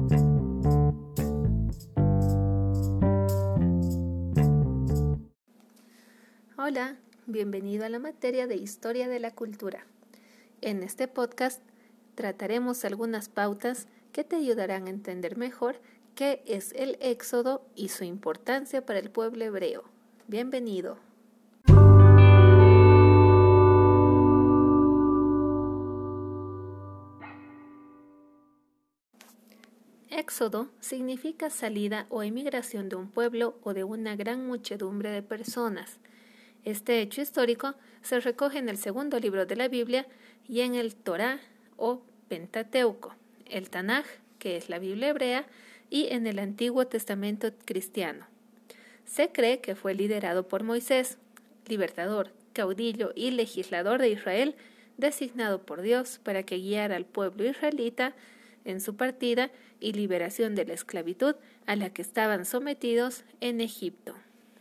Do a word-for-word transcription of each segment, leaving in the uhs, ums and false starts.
Hola, bienvenido a la materia de Historia de la Cultura. En este podcast trataremos algunas pautas que te ayudarán a entender mejor qué es el Éxodo y su importancia para el pueblo hebreo. Bienvenido. Éxodo significa salida o emigración de un pueblo o de una gran muchedumbre de personas. Este hecho histórico se recoge en el segundo libro de la Biblia y en el Torá o Pentateuco, el Tanaj, que es la Biblia hebrea, y en el Antiguo Testamento cristiano. Se cree que fue liderado por Moisés, libertador, caudillo y legislador de Israel, designado por Dios para que guiara al pueblo israelita en su partida y liberación de la esclavitud a la que estaban sometidos en Egipto.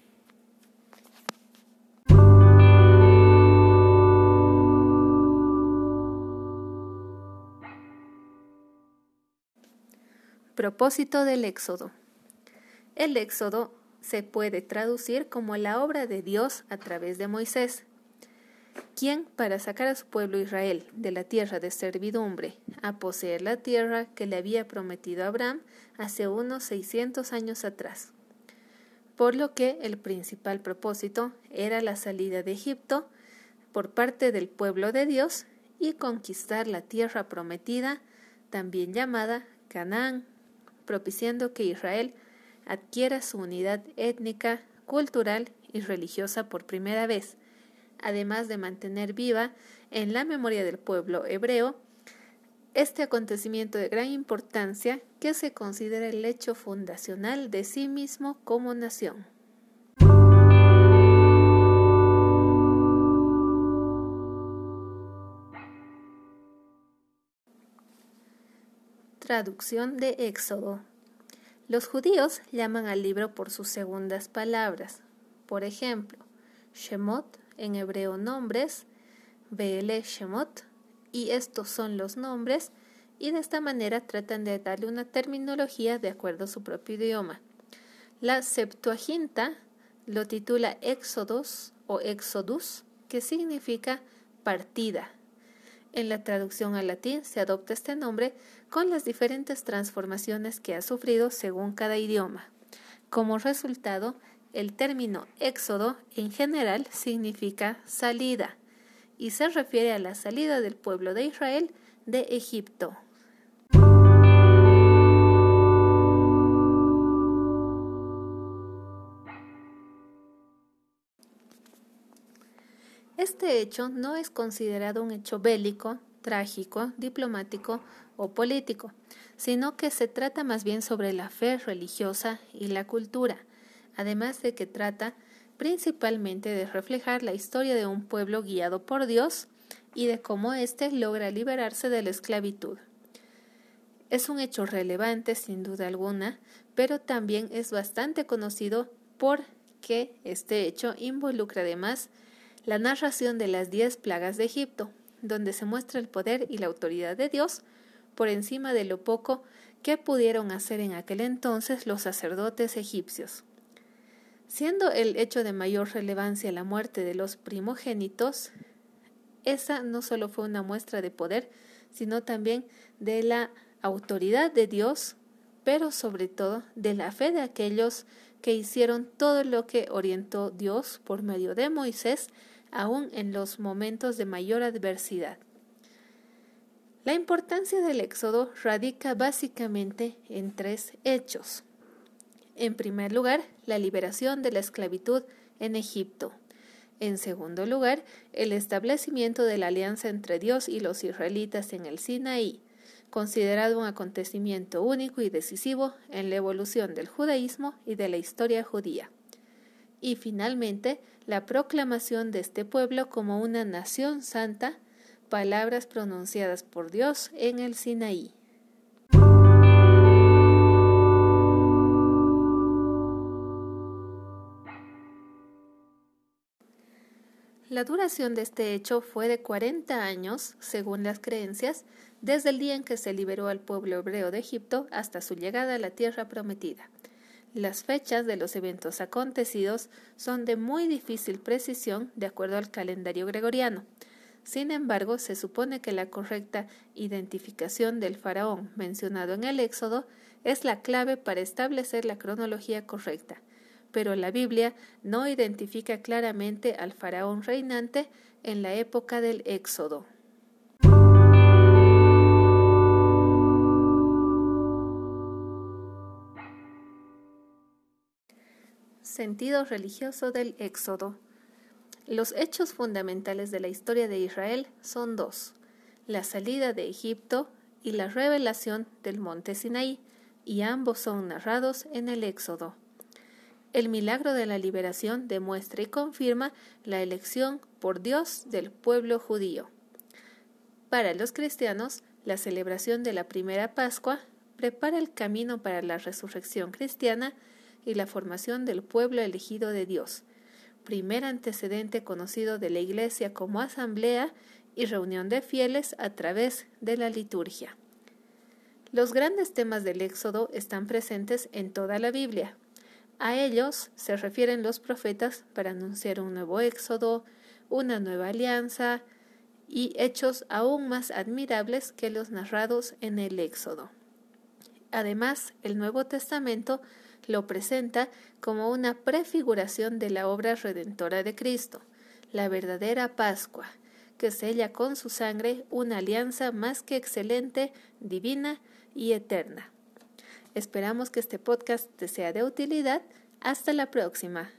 Propósito del Éxodo. El Éxodo se puede traducir como la obra de Dios a través de Moisés, quien, para sacar a su pueblo Israel de la tierra de servidumbre a poseer la tierra que le había prometido a Abraham hace unos seiscientos años atrás. Por lo que el principal propósito era la salida de Egipto por parte del pueblo de Dios y conquistar la tierra prometida, también llamada Canaán, propiciando que Israel adquiera su unidad étnica, cultural y religiosa por primera vez, además de mantener viva en la memoria del pueblo hebreo este acontecimiento de gran importancia que se considera el hecho fundacional de sí mismo como nación. Traducción de Éxodo. Los judíos llaman al libro por sus segundas palabras. Por ejemplo, Shemot, en hebreo nombres, Be'ele Shemot, y estos son los nombres, y de esta manera tratan de darle una terminología de acuerdo a su propio idioma. La Septuaginta lo titula Éxodos o Exodus, que significa partida. En la traducción al latín se adopta este nombre con las diferentes transformaciones que ha sufrido según cada idioma. Como resultado, el término éxodo en general significa salida y se refiere a la salida del pueblo de Israel de Egipto. Este hecho no es considerado un hecho bélico, trágico, diplomático o político, sino que se trata más bien sobre la fe religiosa y la cultura, además de que trata principalmente de reflejar la historia de un pueblo guiado por Dios y de cómo éste logra liberarse de la esclavitud. Es un hecho relevante sin duda alguna, pero también es bastante conocido porque este hecho involucra además la narración de las diez plagas de Egipto, donde se muestra el poder y la autoridad de Dios por encima de lo poco que pudieron hacer en aquel entonces los sacerdotes egipcios. Siendo el hecho de mayor relevancia la muerte de los primogénitos, esa no solo fue una muestra de poder, sino también de la autoridad de Dios, pero sobre todo de la fe de aquellos que hicieron todo lo que orientó Dios por medio de Moisés, aún en los momentos de mayor adversidad. La importancia del Éxodo radica básicamente en tres hechos. En primer lugar, la liberación de la esclavitud en Egipto. En segundo lugar, el establecimiento de la alianza entre Dios y los israelitas en el Sinaí, considerado un acontecimiento único y decisivo en la evolución del judaísmo y de la historia judía. Y finalmente, la proclamación de este pueblo como una nación santa, palabras pronunciadas por Dios en el Sinaí. La duración de este hecho fue de cuarenta años, según las creencias, desde el día en que se liberó al pueblo hebreo de Egipto hasta su llegada a la tierra prometida. Las fechas de los eventos acontecidos son de muy difícil precisión de acuerdo al calendario gregoriano. Sin embargo, se supone que la correcta identificación del faraón mencionado en el Éxodo es la clave para establecer la cronología correcta, pero la Biblia no identifica claramente al faraón reinante en la época del Éxodo. Sentido religioso del Éxodo. Los hechos fundamentales de la historia de Israel son dos: la salida de Egipto y la revelación del monte Sinaí, y ambos son narrados en el Éxodo. El milagro de la liberación demuestra y confirma la elección por Dios del pueblo judío. Para los cristianos, la celebración de la primera Pascua prepara el camino para la resurrección cristiana y la formación del pueblo elegido de Dios, primer antecedente conocido de la Iglesia como asamblea y reunión de fieles a través de la liturgia. Los grandes temas del Éxodo están presentes en toda la Biblia. A ellos se refieren los profetas para anunciar un nuevo Éxodo, una nueva alianza y hechos aún más admirables que los narrados en el Éxodo. Además, el Nuevo Testamento lo presenta como una prefiguración de la obra redentora de Cristo, la verdadera Pascua, que sella con su sangre una alianza más que excelente, divina y eterna. Esperamos que este podcast te sea de utilidad. Hasta la próxima.